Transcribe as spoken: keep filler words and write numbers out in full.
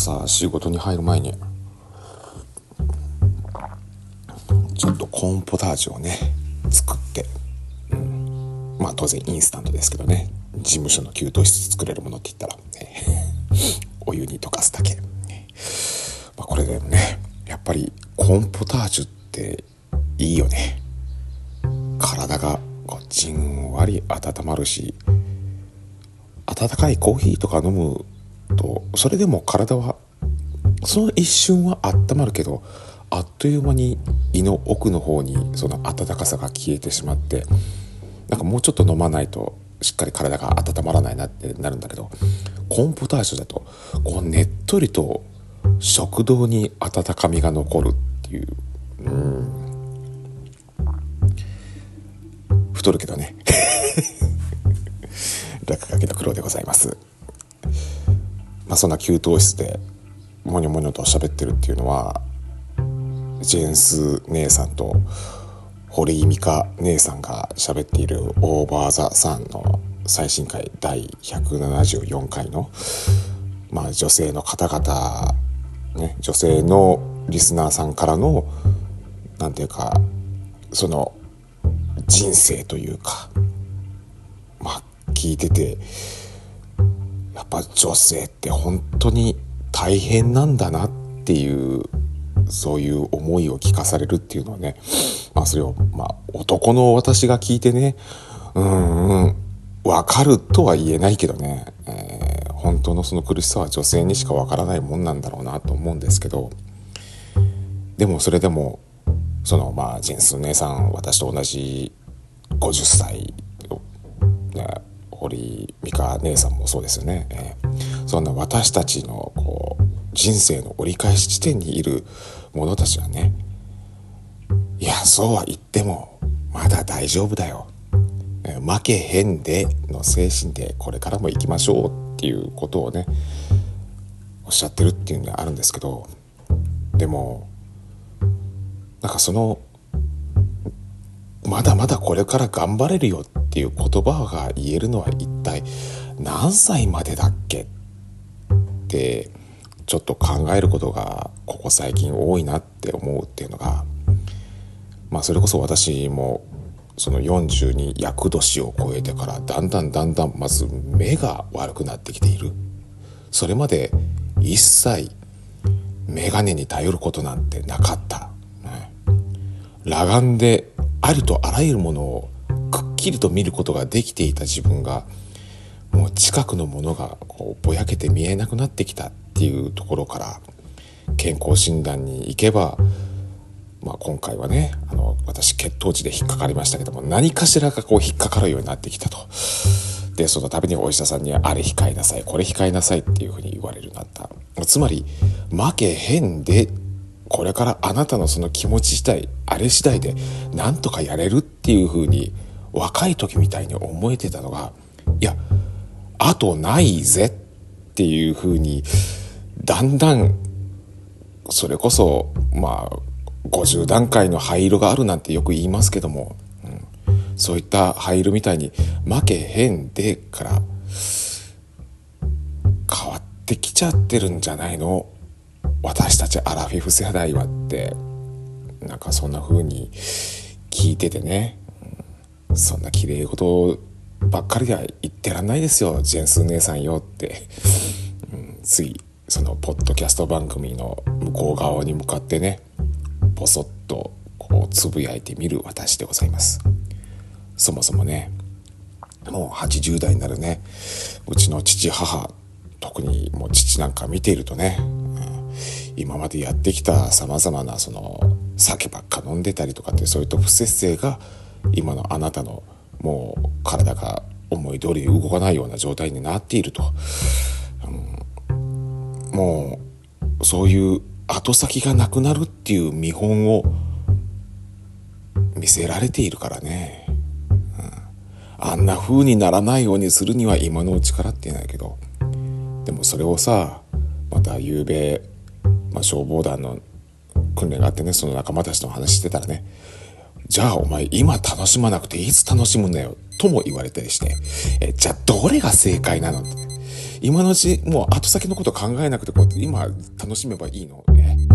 朝仕事に入る前にちょっとコーンポタージュをね作って、うん、まあ当然インスタントですけどね、事務所の給湯室作れるものって言ったら、ね、お湯に溶かすだけ、まあ、これでもねやっぱりコーンポタージュっていいよね。体がこうじんわり温まるし、温かいコーヒーとか飲むとそれでも体はその一瞬は温まるけど、あっという間に胃の奥の方にその温かさが消えてしまって、なんかもうちょっと飲まないとしっかり体が温まらないなってなるんだけど、コーンポタージュだとこうねっとりと食道に温かみが残るっていう、うーん太るけどね落書きの苦労でございます。まあそんな給湯室でモニョモニョと喋ってるっていうのは、ジェーンス姉さんと堀井美香姉さんが喋っているオーバーザさんの最新回だいひゃくななじゅうよんかいの、まあ、女性の方々、ね、女性のリスナーさんからのなんていうかその人生というか、まあ聞いててやっぱ女性って本当に大変なんだなっていう、そういう思いを聞かされるっていうのはね、まあそれをまあ男の私が聞いてね、うーん分かるとは言えないけどね、えー、本当のその苦しさは女性にしか分からないもんなんだろうなと思うんですけど、でもそれでもそのまあジェンス姉さん、私と同じごじゅっさい、ね、堀井美香姉さんもそうですよね、えー、そんな私たちのこう人生の折り返し地点にいる者たちはね、いやそうは言ってもまだ大丈夫だよ、えー、負けへんでの精神でこれからも行きましょうっていうことをねおっしゃってるっていうのがあるんですけど、でもなんかそのまだまだこれから頑張れるよっていう言葉が言えるのは一体何歳までだっけってちょっと考えることがここ最近多いなって思うっていうのが、まあそれこそ私もそのよんじゅうに厄年を超えてからだんだんだんだんまず目が悪くなってきている。それまで一切眼鏡に頼ることなんてなかった、ね、裸眼でありとあらゆるものをくっきりと見ることができていた自分がもう近くのものがこうぼやけて見えなくなってきたっていうところから、健康診断に行けば、まあ、今回はねあの私血糖値で引っかかりましたけども、何かしらがこう引っかかるようになってきたと。でその度にお医者さんにあれ控えなさいこれ控えなさいっていうふうに言われるようになった。つまり負けへんで、これからあなたのその気持ち次第あれ次第でなんとかやれるっていうふうに若い時みたいに思えてたのが、いやあとないぜっていうふうにだんだん、それこそまあごじゅう段階の灰色があるなんてよく言いますけども、うん、そういった灰色みたいに負けへんでから変わってきちゃってるんじゃないの私たちアラフィフ世代はって、なんかそんな風に聞いててね、うん、そんな綺麗事ばっかりでは言ってらんないですよジェンス姉さんよって、うん、ついそのポッドキャスト番組の向こう側に向かってねポソッとこうつぶやいてみる私でございます。そもそもねもうはちじゅう代になるねうちの父母、特にもう父なんか見ているとね、うん、今までやってきたさまざまなその酒ばっか飲んでたりとかってそういった不節制が今のあなたのもう体が思い通り動かないような状態になっていると、うん、もうそういう後先がなくなるっていう見本を見せられているからね、うん、あんな風にならないようにするには今のうちからって言うんだけど、でもそれをさまた夕べ、まあ、消防団の訓練があってね、その仲間たちと話してたらね、じゃあお前今楽しまなくていつ楽しむんだよとも言われたりして、えじゃあどれが正解なのって、 今のうちもう後先のこと考えなくてこうやって今楽しめばいいのね。